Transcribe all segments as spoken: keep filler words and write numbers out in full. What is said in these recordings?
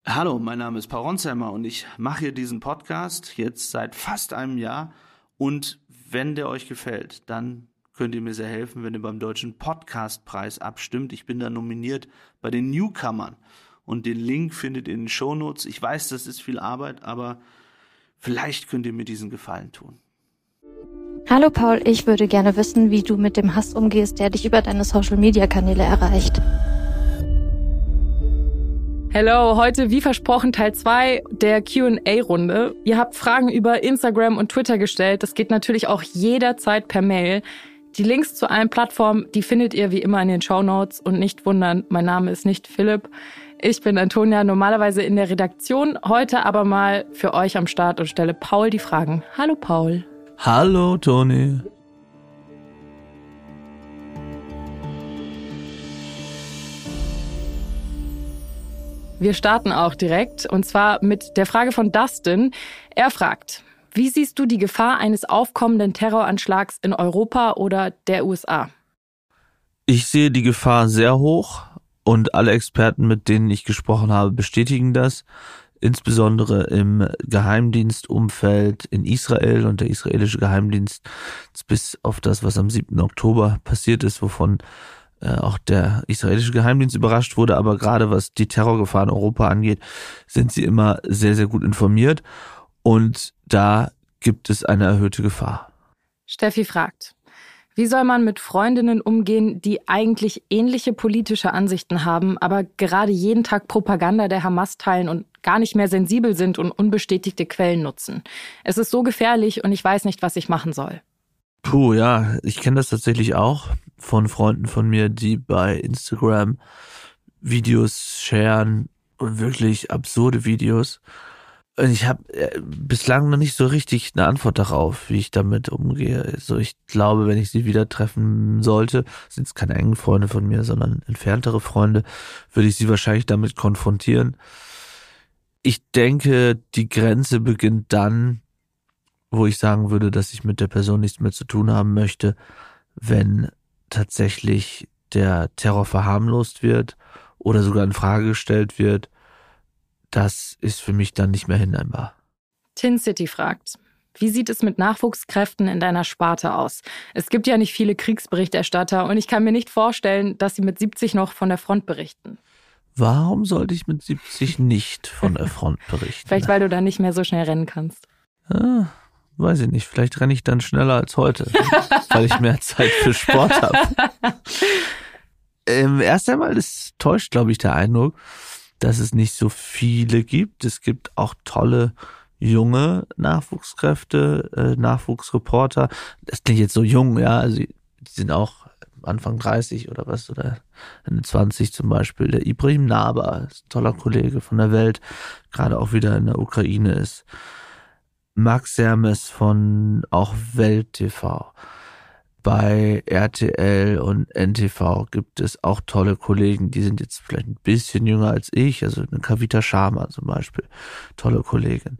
Hallo, mein Name ist Paul Ronsheimer und ich mache hier diesen Podcast jetzt seit fast einem Jahr. Und wenn der euch gefällt, dann könnt ihr mir sehr helfen, wenn ihr beim Deutschen Podcastpreis abstimmt. Ich bin da nominiert bei den Newcomern und den Link findet ihr in den Shownotes. Ich weiß, das ist viel Arbeit, aber vielleicht könnt ihr mir diesen Gefallen tun. Hallo Paul, ich würde gerne wissen, wie du mit dem Hass umgehst, der dich über deine Social-Media-Kanäle erreicht. Hello, heute wie versprochen Teil zwei der Q and A-Runde. Ihr habt Fragen über Instagram und Twitter gestellt. Das geht natürlich auch jederzeit per Mail. Die Links zu allen Plattformen, die findet ihr wie immer in den Shownotes. Und nicht wundern, mein Name ist nicht Philipp. Ich bin Antonia, normalerweise in der Redaktion, heute aber mal für euch am Start und stelle Paul die Fragen. Hallo Paul. Hallo Toni. Wir starten auch direkt, und zwar mit der Frage von Dustin. Er fragt, wie siehst du die Gefahr eines aufkommenden Terroranschlags in Europa oder der U S A? Ich sehe die Gefahr sehr hoch und alle Experten, mit denen ich gesprochen habe, bestätigen das. Insbesondere im Geheimdienstumfeld in Israel, und der israelische Geheimdienst, bis auf das, was am siebten Oktober passiert ist, wovon auch der israelische Geheimdienst überrascht wurde, aber gerade was die Terrorgefahr in Europa angeht, sind sie immer sehr, sehr gut informiert und da gibt es eine erhöhte Gefahr. Steffi fragt, wie soll man mit Freundinnen umgehen, die eigentlich ähnliche politische Ansichten haben, aber gerade jeden Tag Propaganda der Hamas teilen und gar nicht mehr sensibel sind und unbestätigte Quellen nutzen? Es ist so gefährlich und ich weiß nicht, was ich machen soll. Puh, ja, ich kenne das tatsächlich auch von Freunden von mir, die bei Instagram Videos sharen und wirklich absurde Videos. Und ich habe bislang noch nicht so richtig eine Antwort darauf, wie ich damit umgehe. Also ich glaube, wenn ich sie wieder treffen sollte, sind es keine engen Freunde von mir, sondern entferntere Freunde, würde ich sie wahrscheinlich damit konfrontieren. Ich denke, die Grenze beginnt dann, wo ich sagen würde, dass ich mit der Person nichts mehr zu tun haben möchte, wenn tatsächlich der Terror verharmlost wird oder sogar in Frage gestellt wird. Das ist für mich dann nicht mehr hinnehmbar. Tin City fragt, wie sieht es mit Nachwuchskräften in deiner Sparte aus? Es gibt ja nicht viele Kriegsberichterstatter und ich kann mir nicht vorstellen, dass sie mit siebzig noch von der Front berichten. Warum sollte ich mit siebzig nicht von der Front berichten? Vielleicht, weil du dann nicht mehr so schnell rennen kannst. Ah. Weiß ich nicht, vielleicht renne ich dann schneller als heute, weil ich mehr Zeit für Sport habe. Ähm, erst einmal, es täuscht, glaube ich, der Eindruck, dass es nicht so viele gibt. Es gibt auch tolle junge Nachwuchskräfte, äh, Nachwuchsreporter. Das klingt jetzt so jung, ja, also die sind auch Anfang dreißig oder was, oder Ende zwanzig zum Beispiel. Der Ibrahim Naber ist ein toller Kollege von der Welt, gerade auch wieder in der Ukraine ist. Max Sermes von auch Welt T V. Bei R T L und N T V gibt es auch tolle Kollegen, die sind jetzt vielleicht ein bisschen jünger als ich, also eine Kavita Sharma zum Beispiel, tolle Kollegin.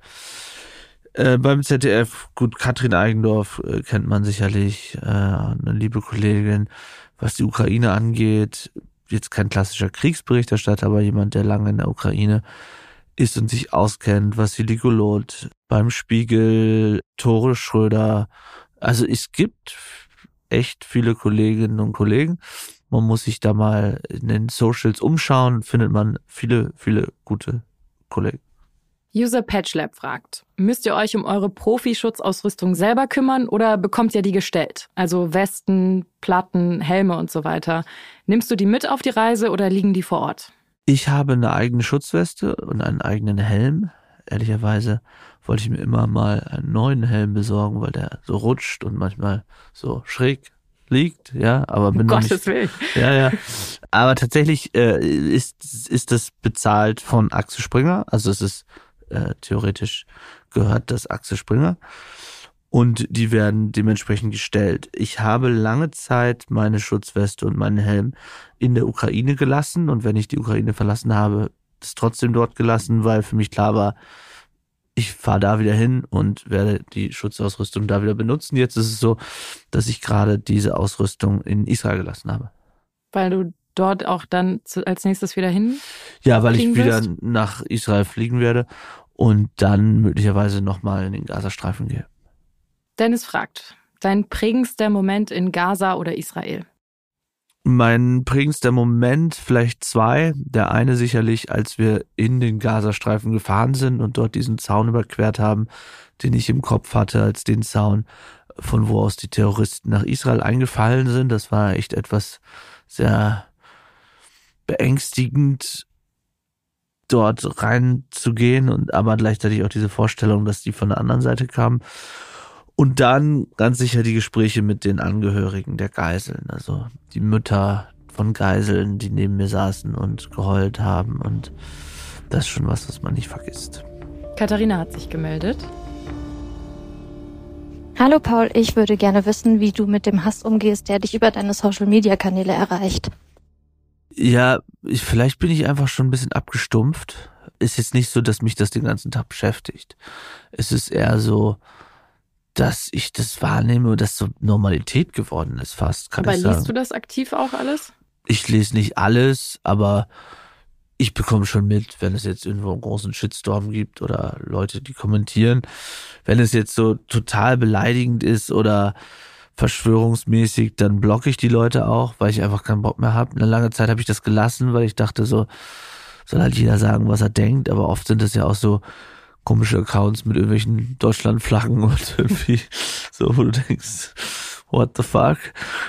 Äh, beim Z D F, gut, Katrin Eigendorf äh, kennt man sicherlich, äh, eine liebe Kollegin. Was die Ukraine angeht, jetzt kein klassischer Kriegsberichterstatter, aber jemand, der lange in der Ukraine ist und sich auskennt, Vassili Golot, beim Spiegel, Tore Schröder. Also es gibt echt viele Kolleginnen und Kollegen. Man muss sich da mal in den Socials umschauen, findet man viele, viele gute Kollegen. User Patchlab fragt, müsst ihr euch um eure Profi-Schutzausrüstung selber kümmern oder bekommt ihr die gestellt? Also Westen, Platten, Helme und so weiter. Nimmst du die mit auf die Reise oder liegen die vor Ort? Ich habe eine eigene Schutzweste und einen eigenen Helm. Ehrlicherweise wollte ich mir immer mal einen neuen Helm besorgen, weil der so rutscht und manchmal so schräg liegt, ja, aber bin um noch Gottes nicht, Willen. Ja, ja. Aber tatsächlich äh, ist ist das bezahlt von Axel Springer, also es ist äh, theoretisch gehört das Axel Springer und die werden dementsprechend gestellt. Ich habe lange Zeit meine Schutzweste und meinen Helm in der Ukraine gelassen und wenn ich die Ukraine verlassen habe, ist trotzdem dort gelassen, weil für mich klar war, ich fahre da wieder hin und werde die Schutzausrüstung da wieder benutzen. Jetzt ist es so, dass ich gerade diese Ausrüstung in Israel gelassen habe. Weil du dort auch dann zu, als nächstes wieder hin? Ja, weil ich wieder wirst? nach Israel fliegen werde und dann möglicherweise nochmal in den Gazastreifen gehe. Dennis fragt, dein prägendster Moment in Gaza oder Israel? Mein prägendster Moment, vielleicht zwei. Der eine sicherlich, als wir in den Gazastreifen gefahren sind und dort diesen Zaun überquert haben, den ich im Kopf hatte als den Zaun, von wo aus die Terroristen nach Israel eingefallen sind. Das war echt etwas sehr beängstigend, dort reinzugehen und aber gleichzeitig auch diese Vorstellung, dass die von der anderen Seite kamen. Und dann ganz sicher die Gespräche mit den Angehörigen der Geiseln, also die Mütter von Geiseln, die neben mir saßen und geheult haben. Und das ist schon was, was man nicht vergisst. Katharina hat sich gemeldet. Hallo Paul, ich würde gerne wissen, wie du mit dem Hass umgehst, der dich über deine Social-Media-Kanäle erreicht. Ja, ich, vielleicht bin ich einfach schon ein bisschen abgestumpft. Ist jetzt nicht so, dass mich das den ganzen Tag beschäftigt. Es ist eher so, dass ich das wahrnehme und das so Normalität geworden ist fast, kann Aber ich sagen. liest du das aktiv auch alles? Ich lese nicht alles, aber ich bekomme schon mit, wenn es jetzt irgendwo einen großen Shitstorm gibt oder Leute, die kommentieren. Wenn es jetzt so total beleidigend ist oder verschwörungsmäßig, dann blocke ich die Leute auch, weil ich einfach keinen Bock mehr habe. Eine lange Zeit habe ich das gelassen, weil ich dachte so, soll halt jeder sagen, was er denkt, aber oft sind es ja auch so komische Accounts mit irgendwelchen Deutschlandflaggen und irgendwie so, wo du denkst, what the fuck?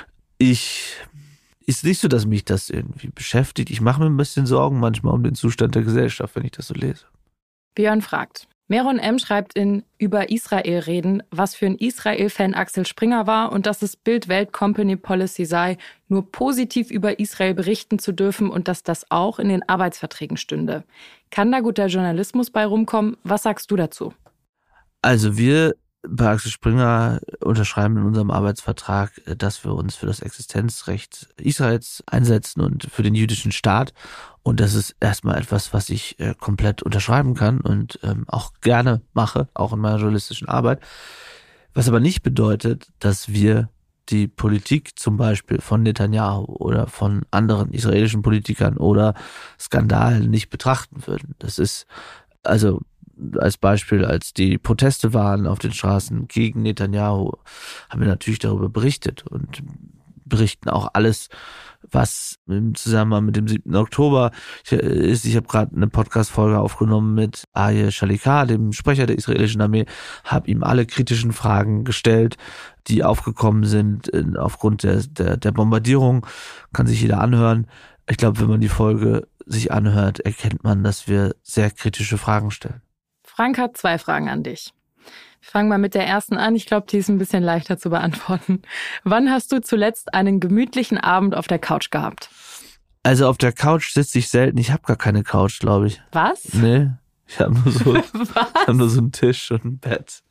Ich, ist nicht so, dass mich das irgendwie beschäftigt. Ich mache mir ein bisschen Sorgen manchmal um den Zustand der Gesellschaft, wenn ich das so lese. Björn fragt. Meron M. schreibt in Über Israel reden, was für ein Israel-Fan Axel Springer war und dass es Bild-Welt-Company-Policy sei, nur positiv über Israel berichten zu dürfen und dass das auch in den Arbeitsverträgen stünde. Kann da guter Journalismus bei rumkommen? Was sagst du dazu? Also wir bei Axel Springer unterschreiben in unserem Arbeitsvertrag, dass wir uns für das Existenzrecht Israels einsetzen und für den jüdischen Staat. Und das ist erstmal etwas, was ich äh, komplett unterschreiben kann und ähm, auch gerne mache, auch in meiner journalistischen Arbeit. Was aber nicht bedeutet, dass wir die Politik zum Beispiel von Netanyahu oder von anderen israelischen Politikern oder Skandalen nicht betrachten würden. Das ist also als Beispiel, als die Proteste waren auf den Straßen gegen Netanyahu, haben wir natürlich darüber berichtet und berichten auch alles, was im Zusammenhang mit dem siebten Oktober ist. Ich habe gerade eine Podcast-Folge aufgenommen mit Aryeh Shalikar, dem Sprecher der israelischen Armee, habe ihm alle kritischen Fragen gestellt, die aufgekommen sind aufgrund der, der, der Bombardierung. Kann sich jeder anhören. Ich glaube, wenn man die Folge sich anhört, erkennt man, dass wir sehr kritische Fragen stellen. Frank hat zwei Fragen an dich. Wir fangen mal mit der ersten an. Ich glaube, die ist ein bisschen leichter zu beantworten. Wann hast du zuletzt einen gemütlichen Abend auf der Couch gehabt? Also auf der Couch sitze ich selten. Ich habe gar keine Couch, glaube ich. Was? Nee, ich habe nur, so, hab nur so einen Tisch und ein Bett.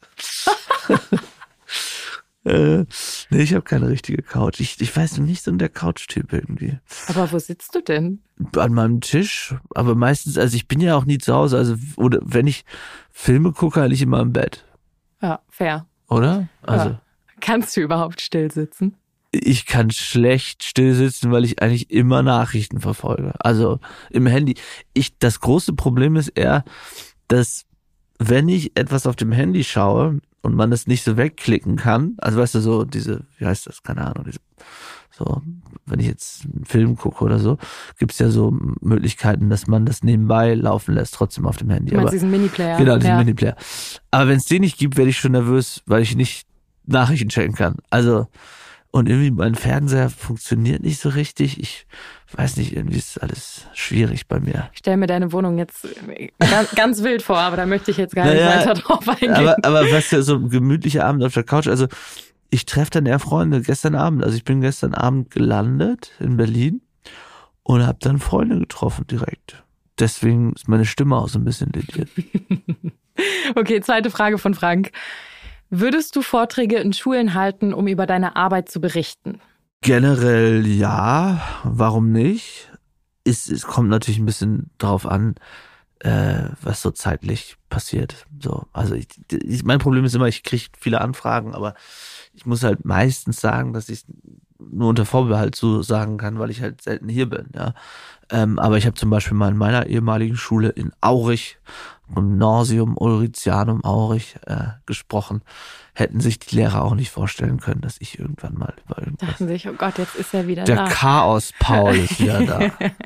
äh, nee, ich habe keine richtige Couch. Ich, ich weiß nicht, so der Couch-Typ irgendwie. Aber wo sitzt du denn? An meinem Tisch, aber meistens, also ich bin ja auch nie zu Hause, also oder wenn ich Filme gucke, eigentlich immer im Bett. Ja, fair. Oder? Also ja. Kannst du überhaupt still sitzen? Ich kann schlecht still sitzen, weil ich eigentlich immer Nachrichten verfolge. Also im Handy. Ich, das große Problem ist eher, dass wenn ich etwas auf dem Handy schaue und man das nicht so wegklicken kann, also weißt du, so diese, wie heißt das, keine Ahnung, diese, so, wenn ich jetzt einen Film gucke oder so, gibt es ja so Möglichkeiten, dass man das nebenbei laufen lässt, trotzdem auf dem Handy. Du meinst Aber, diesen Mini-Player? Genau, diesen ja. Mini-Player. Aber wenn es den nicht gibt, werde ich schon nervös, weil ich nicht Nachrichten checken kann. Also, und irgendwie mein Fernseher funktioniert nicht so richtig. Ich weiß nicht, irgendwie ist alles schwierig bei mir. Ich stelle mir deine Wohnung jetzt ganz, ganz wild vor, aber da möchte ich jetzt gar naja, nicht weiter drauf eingehen. Aber, aber was ja so ein gemütlicher Abend auf der Couch, also ich treffe dann eher Freunde gestern Abend. Also ich bin gestern Abend gelandet in Berlin und habe dann Freunde getroffen direkt. Deswegen ist meine Stimme auch so ein bisschen lediert. Okay, zweite Frage von Frank. Würdest du Vorträge in Schulen halten, um über deine Arbeit zu berichten? Generell ja, warum nicht? Es, es kommt natürlich ein bisschen drauf an, äh, was so zeitlich passiert. So, also ich, ich, mein Problem ist immer, ich kriege viele Anfragen, aber ich muss halt meistens sagen, dass ich nur unter Vorbehalt so sagen kann, weil ich halt selten hier bin, ja. Ähm, aber ich habe zum Beispiel mal in meiner ehemaligen Schule in Aurich, Gymnasium Ulricianum Aurich, äh, gesprochen. Hätten sich die Lehrer auch nicht vorstellen können, dass ich irgendwann mal über irgendwas... Dachten sich, oh Gott, jetzt ist er wieder Der da. Der Chaos-Paul ist wieder da.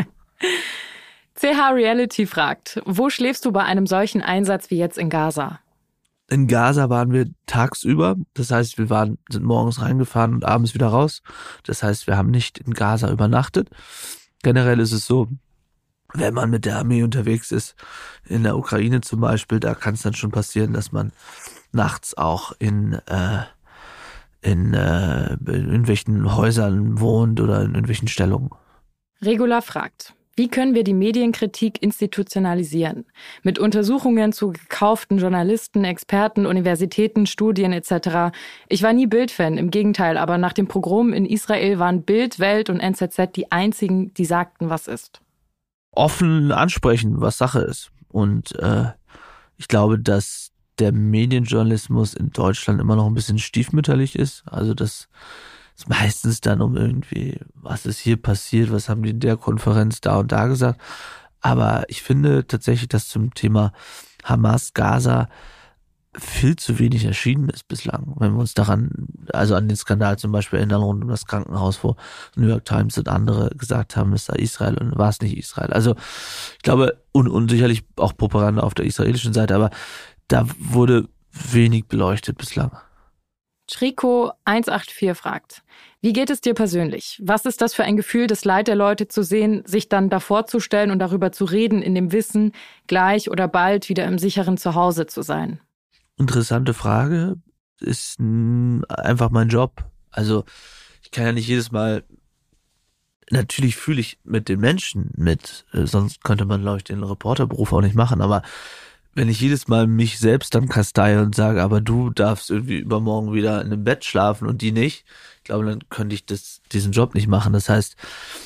C H Reality fragt, wo schläfst du bei einem solchen Einsatz wie jetzt in Gaza? In Gaza waren wir tagsüber, das heißt, wir waren, sind morgens reingefahren und abends wieder raus. Das heißt, wir haben nicht in Gaza übernachtet. Generell ist es so, wenn man mit der Armee unterwegs ist, in der Ukraine zum Beispiel, da kann es dann schon passieren, dass man nachts auch in, äh, in, äh, in irgendwelchen Häusern wohnt oder in irgendwelchen Stellungen. Regula fragt, wie können wir die Medienkritik institutionalisieren? Mit Untersuchungen zu gekauften Journalisten, Experten, Universitäten, Studien et cetera. Ich war nie Bild-Fan, im Gegenteil, aber nach dem Pogrom in Israel waren Bild, Welt und N Z Z die einzigen, die sagten, was ist. Offen ansprechen, was Sache ist. Und äh, ich glaube, dass der Medienjournalismus in Deutschland immer noch ein bisschen stiefmütterlich ist. Also das ist meistens dann um irgendwie, was ist hier passiert, was haben die in der Konferenz da und da gesagt. Aber ich finde tatsächlich, dass zum Thema Hamas, Gaza viel zu wenig erschienen ist bislang. Wenn wir uns daran, also an den Skandal zum Beispiel erinnern rund um das Krankenhaus, wo New York Times und andere gesagt haben, es sei Israel und war es nicht Israel. Also ich glaube, und, und sicherlich auch Propaganda auf der israelischen Seite, aber da wurde wenig beleuchtet bislang. Triko eins acht vier fragt, wie geht es dir persönlich? Was ist das für ein Gefühl, das Leid der Leute zu sehen, sich dann davor zu stellen und darüber zu reden, in dem Wissen, gleich oder bald wieder im sicheren Zuhause zu sein? Interessante Frage, ist einfach mein Job. Also ich kann ja nicht jedes Mal, natürlich fühle ich mit den Menschen mit, sonst könnte man, glaube ich, den Reporterberuf auch nicht machen, aber wenn ich jedes Mal mich selbst dann kasteihe und sage, aber du darfst irgendwie übermorgen wieder in einem Bett schlafen und die nicht, ich glaube, dann könnte ich das, diesen Job nicht machen. Das heißt,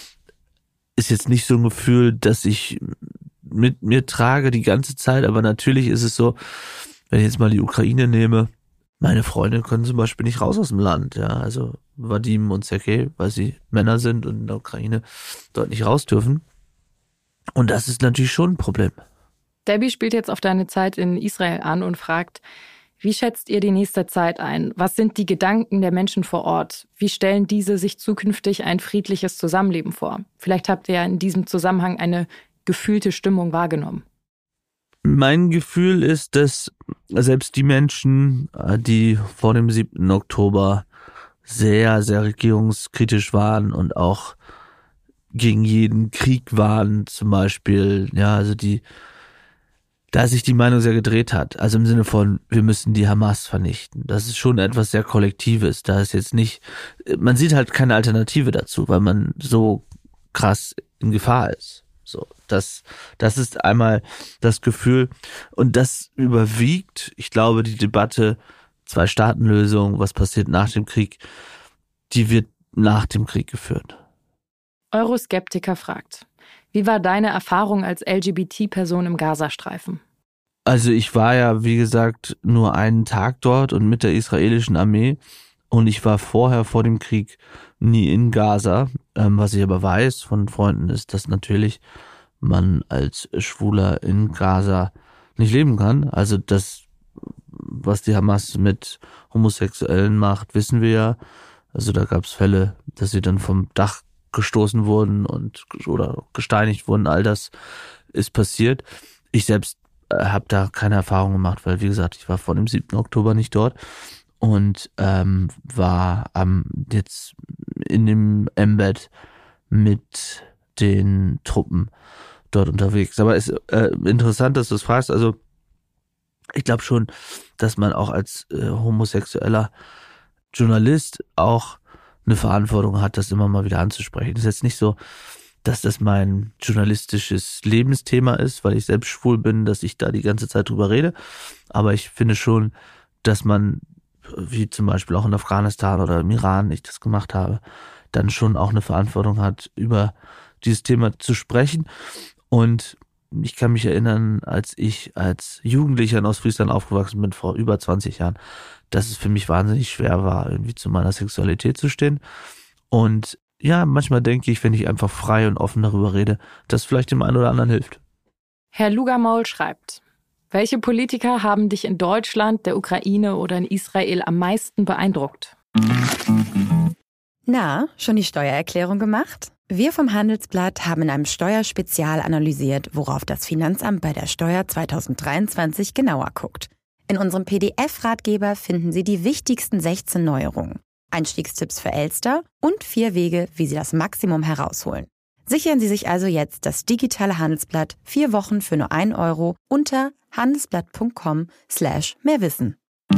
ist jetzt nicht so ein Gefühl, dass ich mit mir trage die ganze Zeit, aber natürlich ist es so, wenn ich jetzt mal die Ukraine nehme, meine Freunde können zum Beispiel nicht raus aus dem Land, ja, also Vadim und Sergej, weil sie Männer sind und in der Ukraine dort nicht raus dürfen. Und das ist natürlich schon ein Problem. Debbie spielt jetzt auf deine Zeit in Israel an und fragt, wie schätzt ihr die nächste Zeit ein? Was sind die Gedanken der Menschen vor Ort? Wie stellen diese sich zukünftig ein friedliches Zusammenleben vor? Vielleicht habt ihr ja in diesem Zusammenhang eine gefühlte Stimmung wahrgenommen. Mein Gefühl ist, dass selbst die Menschen, die vor dem siebten Oktober sehr, sehr regierungskritisch waren und auch gegen jeden Krieg waren, zum Beispiel, ja, also die da sich die Meinung sehr gedreht hat. Also im Sinne von, wir müssen die Hamas vernichten. Das ist schon etwas sehr Kollektives. Da ist jetzt nicht, man sieht halt keine Alternative dazu, weil man so krass in Gefahr ist. So, das, das ist einmal das Gefühl. Und das überwiegt, ich glaube, die Debatte Zwei-Staaten-Lösung, was passiert nach dem Krieg, die wird nach dem Krieg geführt. Euroskeptiker fragt, wie war deine Erfahrung als L G B T-Person im Gazastreifen? Also ich war ja, wie gesagt, nur einen Tag dort und mit der israelischen Armee und ich war vorher, vor dem Krieg, nie in Gaza. Ähm, was ich aber weiß von Freunden ist, dass natürlich man als Schwuler in Gaza nicht leben kann. Also das, was die Hamas mit Homosexuellen macht, wissen wir ja. Also da gab es Fälle, dass sie dann vom Dach gestoßen wurden und oder gesteinigt wurden, all das ist passiert. Ich selbst äh, habe da keine Erfahrung gemacht, weil wie gesagt, ich war vor dem siebten Oktober nicht dort und ähm, war ähm, jetzt in dem Embed mit den Truppen dort unterwegs. Aber es ist äh, interessant, dass du es fragst. Also ich glaube schon, dass man auch als äh, homosexueller Journalist auch eine Verantwortung hat, das immer mal wieder anzusprechen. Das ist jetzt nicht so, dass das mein journalistisches Lebensthema ist, weil ich selbst schwul bin, dass ich da die ganze Zeit drüber rede. Aber ich finde schon, dass man, wie zum Beispiel auch in Afghanistan oder im Iran, ich das gemacht habe, dann schon auch eine Verantwortung hat, über dieses Thema zu sprechen. Und ich kann mich erinnern, als ich als Jugendlicher in Ostfriesland aufgewachsen bin, vor über zwanzig Jahren, dass es für mich wahnsinnig schwer war, irgendwie zu meiner Sexualität zu stehen. Und ja, manchmal denke ich, wenn ich einfach frei und offen darüber rede, dass vielleicht dem einen oder anderen hilft. Herr Lugermaul schreibt: Welche Politiker haben dich in Deutschland, der Ukraine oder in Israel am meisten beeindruckt? Na, schon die Steuererklärung gemacht? Wir vom Handelsblatt haben in einem Steuerspezial analysiert, worauf das Finanzamt bei der Steuer zwanzig dreiundzwanzig genauer guckt. In unserem P D F-Ratgeber finden Sie die wichtigsten sechzehn Neuerungen, Einstiegstipps für Elster und vier Wege, wie Sie das Maximum herausholen. Sichern Sie sich also jetzt das digitale Handelsblatt vier Wochen für nur ein Euro unter handelsblatt.com slash mehrwissen.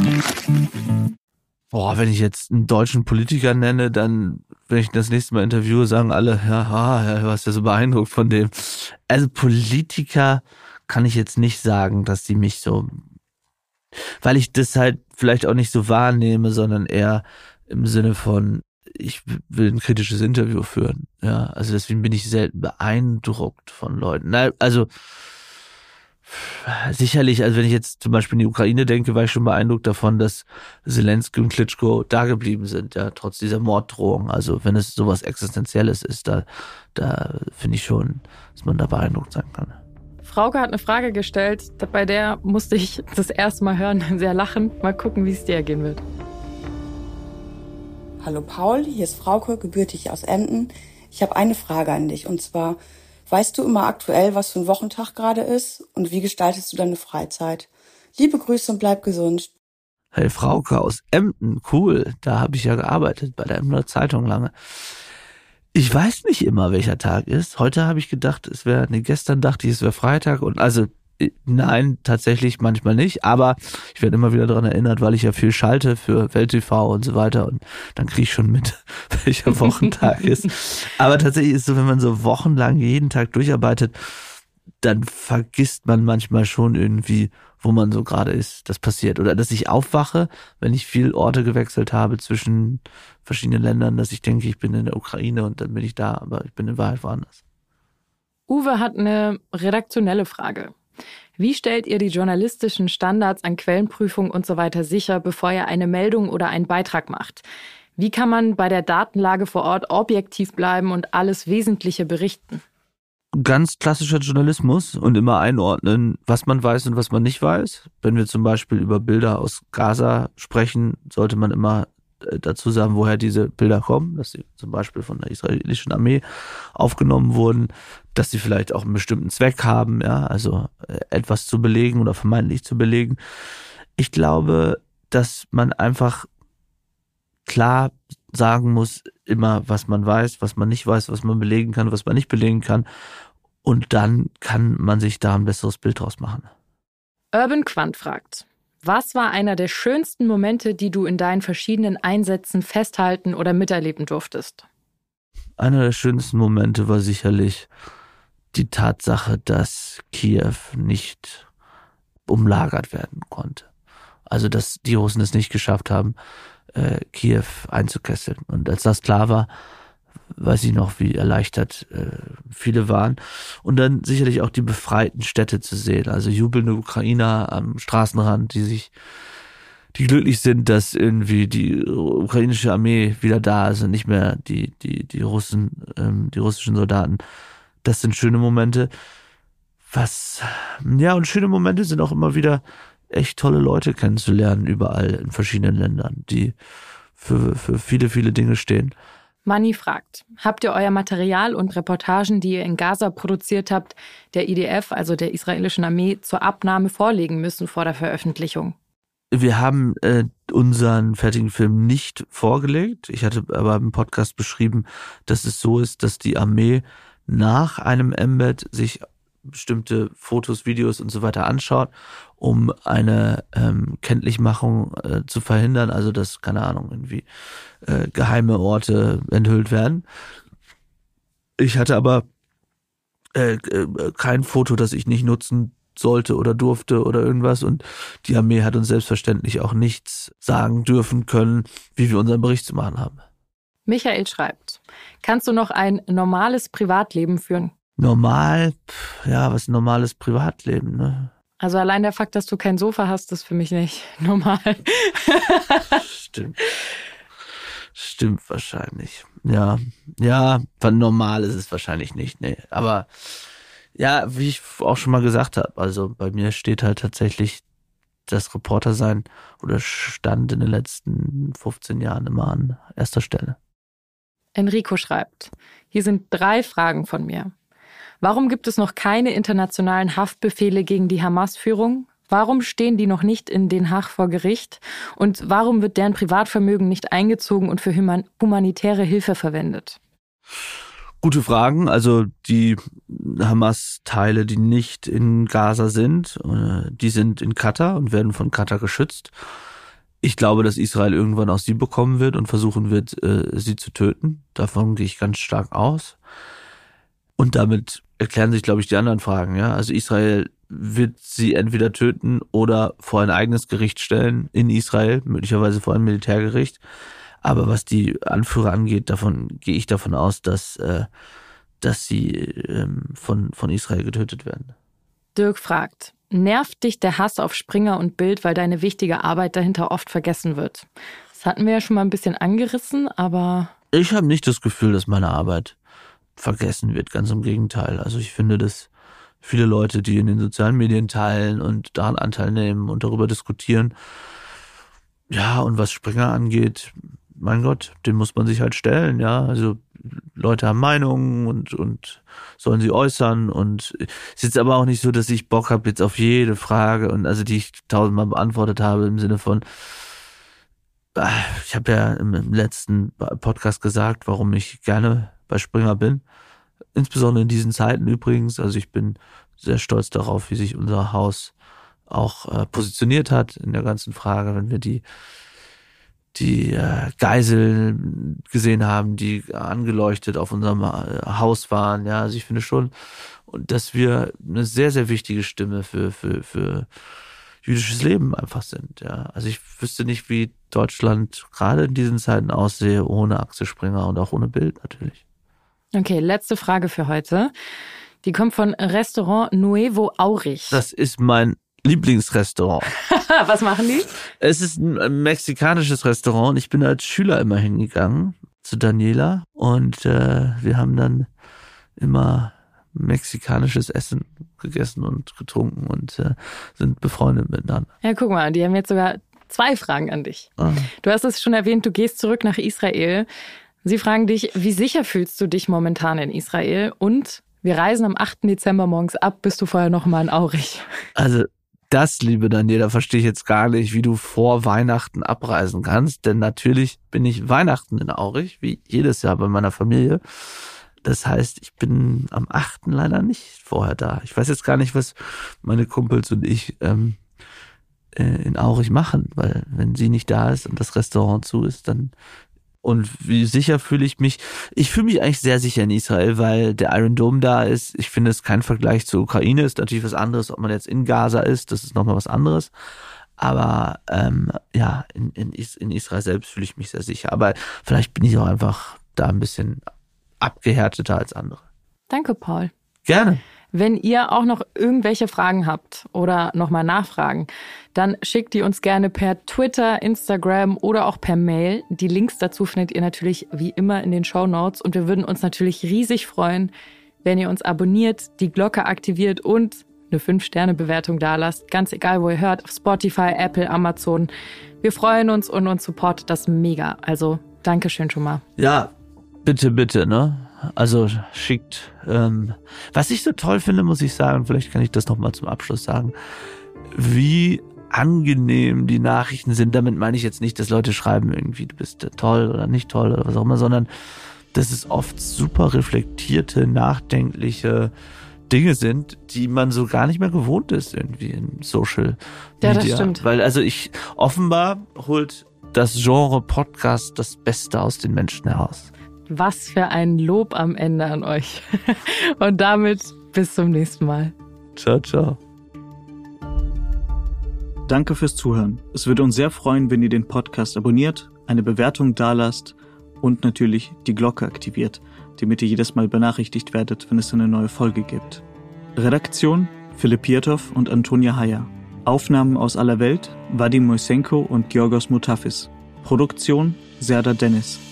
Boah, wenn ich jetzt einen deutschen Politiker nenne, dann, wenn ich das nächste Mal interviewe, sagen alle, ja, ah, ja, du warst ja so beeindruckt von dem. Also Politiker kann ich jetzt nicht sagen, dass die mich so, weil ich das halt vielleicht auch nicht so wahrnehme, sondern eher im Sinne von, ich will ein kritisches Interview führen. Ja, also deswegen bin ich selten beeindruckt von Leuten. Na, also sicherlich, also wenn ich jetzt zum Beispiel in die Ukraine denke, war ich schon beeindruckt davon, dass Zelensky und Klitschko da geblieben sind, ja, trotz dieser Morddrohung. Also wenn es sowas Existenzielles ist, da, da finde ich schon, dass man da beeindruckt sein kann. Frauke hat eine Frage gestellt, bei der musste ich das erste Mal hören, sehr lachen. Mal gucken, wie es dir ergehen wird. Hallo Paul, hier ist Frauke, gebürtig aus Emden. Ich habe eine Frage an dich und zwar, weißt du immer aktuell, was für ein Wochentag gerade ist und wie gestaltest du deine Freizeit? Liebe Grüße und bleib gesund. Hey Frauke aus Emden, cool, da habe ich ja gearbeitet bei der Emder Zeitung lange. Ich weiß nicht immer, welcher Tag ist. Heute habe ich gedacht, es wäre, nee, gestern dachte ich, es wäre Freitag und also nein, tatsächlich manchmal nicht, aber ich werde immer wieder daran erinnert, weil ich ja viel schalte für Welt T V und so weiter und dann kriege ich schon mit, welcher Wochentag ist. Aber tatsächlich ist es so, wenn man so wochenlang jeden Tag durcharbeitet, dann vergisst man manchmal schon irgendwie, wo man so gerade ist. Das passiert. Oder dass ich aufwache, wenn ich viel Orte gewechselt habe zwischen verschiedenen Ländern, dass ich denke, ich bin in der Ukraine und dann bin ich da, aber ich bin in Wahrheit woanders. Uwe hat eine redaktionelle Frage. Wie stellt ihr die journalistischen Standards an Quellenprüfung und so weiter sicher, bevor ihr eine Meldung oder einen Beitrag macht? Wie kann man bei der Datenlage vor Ort objektiv bleiben und alles Wesentliche berichten? Ganz klassischer Journalismus und immer einordnen, was man weiß und was man nicht weiß. Wenn wir zum Beispiel über Bilder aus Gaza sprechen, sollte man immer dazu sagen, woher diese Bilder kommen, dass sie zum Beispiel von der israelischen Armee aufgenommen wurden, dass sie vielleicht auch einen bestimmten Zweck haben, ja, also etwas zu belegen oder vermeintlich zu belegen. Ich glaube, dass man einfach klar sagen muss, immer, was man weiß, was man nicht weiß, was man belegen kann, was man nicht belegen kann. Und dann kann man sich da ein besseres Bild draus machen. Urban Quant fragt: Was war einer der schönsten Momente, die du in deinen verschiedenen Einsätzen festhalten oder miterleben durftest? Einer der schönsten Momente war sicherlich die Tatsache, dass Kiew nicht umlagert werden konnte. Also, dass die Russen es nicht geschafft haben, äh, Kiew einzukesseln. Und als das klar war, weiß ich noch, wie erleichtert äh, viele waren. Und dann sicherlich auch die befreiten Städte zu sehen. Also jubelnde Ukrainer am Straßenrand, die sich, die glücklich sind, dass irgendwie die ukrainische Armee wieder da ist und nicht mehr die, die, die Russen, ähm, die russischen Soldaten. Das sind schöne Momente. Was, ja, und schöne Momente sind auch immer wieder echt tolle Leute kennenzulernen, überall in verschiedenen Ländern, die für, für viele, viele Dinge stehen. Manni fragt: Habt ihr euer Material und Reportagen, die ihr in Gaza produziert habt, der I D F, also der israelischen Armee, zur Abnahme vorlegen müssen vor der Veröffentlichung? Wir haben äh, unseren fertigen Film nicht vorgelegt. Ich hatte aber im Podcast beschrieben, dass es so ist, dass die Armee nach einem Embed sich bestimmte Fotos, Videos und so weiter anschaut, um eine ähm, Kenntlichmachung äh, zu verhindern, also dass, keine Ahnung, irgendwie äh, geheime Orte enthüllt werden. Ich hatte aber äh, äh, kein Foto, das ich nicht nutzen sollte oder durfte oder irgendwas, und die Armee hat uns selbstverständlich auch nichts sagen dürfen können, wie wir unseren Bericht zu machen haben. Michael schreibt: Kannst du noch ein normales Privatleben führen? Normal, ja, was ist ein normales Privatleben, ne? Also allein der Fakt, dass du kein Sofa hast, ist für mich nicht normal. Stimmt. Stimmt wahrscheinlich. Ja, ja, normal ist es wahrscheinlich nicht, nee. Aber ja, wie ich auch schon mal gesagt habe, also bei mir steht halt tatsächlich das Reportersein oder stand in den letzten fünfzehn Jahren immer an erster Stelle. Enrico schreibt, hier sind drei Fragen von mir. Warum gibt es noch keine internationalen Haftbefehle gegen die Hamas-Führung? Warum stehen die noch nicht in Den Haag vor Gericht? Und warum wird deren Privatvermögen nicht eingezogen und für humanitäre Hilfe verwendet? Gute Fragen. Also die Hamas-Teile, die nicht in Gaza sind, die sind in Katar und werden von Katar geschützt. Ich glaube, dass Israel irgendwann auch sie bekommen wird und versuchen wird, sie zu töten. Davon gehe ich ganz stark aus. Und damit erklären sich, glaube ich, die anderen Fragen. Ja, also Israel wird sie entweder töten oder vor ein eigenes Gericht stellen in Israel, möglicherweise vor ein Militärgericht. Aber was die Anführer angeht, davon gehe ich davon aus, dass, äh, dass sie ähm, von, von Israel getötet werden. Dirk fragt, nervt dich der Hass auf Springer und Bild, weil deine wichtige Arbeit dahinter oft vergessen wird? Das hatten wir ja schon mal ein bisschen angerissen, aber... Ich habe nicht das Gefühl, dass meine Arbeit vergessen wird, ganz im Gegenteil. Also ich finde, dass viele Leute, die in den sozialen Medien teilen und daran Anteil nehmen und darüber diskutieren, ja, und was Springer angeht, mein Gott, den muss man sich halt stellen, ja. Also Leute haben Meinungen und, und sollen sie äußern und es ist jetzt aber auch nicht so, dass ich Bock habe jetzt auf jede Frage und also die ich tausendmal beantwortet habe im Sinne von, ich habe ja im, im letzten Podcast gesagt, warum ich gerne bei Springer bin. Insbesondere in diesen Zeiten übrigens. Also ich bin sehr stolz darauf, wie sich unser Haus auch äh, positioniert hat in der ganzen Frage, wenn wir die die äh, Geisel gesehen haben, die angeleuchtet auf unserem äh, Haus waren. Ja, also ich finde schon, dass wir eine sehr, sehr wichtige Stimme für für für jüdisches Leben einfach sind. Ja, also ich wüsste nicht, wie Deutschland gerade in diesen Zeiten aussehe ohne Axel Springer und auch ohne Bild natürlich. Okay, letzte Frage für heute. Die kommt von Restaurant Nuevo Aurich. Das ist mein Lieblingsrestaurant. Was machen die? Es ist ein mexikanisches Restaurant. Ich bin als Schüler immer hingegangen zu Daniela und äh, wir haben dann immer mexikanisches Essen gegessen und getrunken und äh, sind befreundet miteinander. Ja, guck mal, die haben jetzt sogar zwei Fragen an dich. Ah. Du hast es schon erwähnt, du gehst zurück nach Israel. Sie fragen dich, wie sicher fühlst du dich momentan in Israel? Und wir reisen am achten Dezember morgens ab. Bist du vorher noch mal in Aurich? Also das, liebe Daniela, verstehe ich jetzt gar nicht, wie du vor Weihnachten abreisen kannst. Denn natürlich bin ich Weihnachten in Aurich, wie jedes Jahr bei meiner Familie. Das heißt, ich bin am achten leider nicht vorher da. Ich weiß jetzt gar nicht, was meine Kumpels und ich ähm, in Aurich machen. Weil wenn sie nicht da ist und das Restaurant zu ist, dann... Und wie sicher fühle ich mich? Ich fühle mich eigentlich sehr sicher in Israel, weil der Iron Dome da ist. Ich finde, es ist kein Vergleich zur Ukraine. Ist natürlich was anderes, ob man jetzt in Gaza ist. Das ist nochmal was anderes. Aber ähm, ja, in, in, in Israel selbst fühle ich mich sehr sicher. Aber vielleicht bin ich auch einfach da ein bisschen abgehärteter als andere. Danke, Paul. Gerne. Wenn ihr auch noch irgendwelche Fragen habt oder nochmal Nachfragen, dann schickt die uns gerne per Twitter, Instagram oder auch per Mail. Die Links dazu findet ihr natürlich wie immer in den Shownotes. Und wir würden uns natürlich riesig freuen, wenn ihr uns abonniert, die Glocke aktiviert und eine fünf Sterne Bewertung dalasst. Ganz egal, wo ihr hört, auf Spotify, Apple, Amazon. Wir freuen uns und uns supportet das mega. Also Dankeschön schon mal. Ja, bitte, bitte, ne? Also schickt, ähm, was ich so toll finde, muss ich sagen, vielleicht kann ich das nochmal zum Abschluss sagen, wie angenehm die Nachrichten sind. Damit meine ich jetzt nicht, dass Leute schreiben irgendwie, du bist toll oder nicht toll oder was auch immer, sondern dass es oft super reflektierte, nachdenkliche Dinge sind, die man so gar nicht mehr gewohnt ist irgendwie in Social Media. Ja, das stimmt. Weil also ich, offenbar holt das Genre Podcast das Beste aus den Menschen heraus. Was für ein Lob am Ende an euch. Und damit bis zum nächsten Mal. Ciao, ciao. Danke fürs Zuhören. Es würde uns sehr freuen, wenn ihr den Podcast abonniert, eine Bewertung dalasst und natürlich die Glocke aktiviert, damit ihr jedes Mal benachrichtigt werdet, wenn es eine neue Folge gibt. Redaktion Philipp Pietow und Antonia Heyer. Aufnahmen aus aller Welt Vadim Moisenko und Georgos Mutafis. Produktion Serdar Dennis.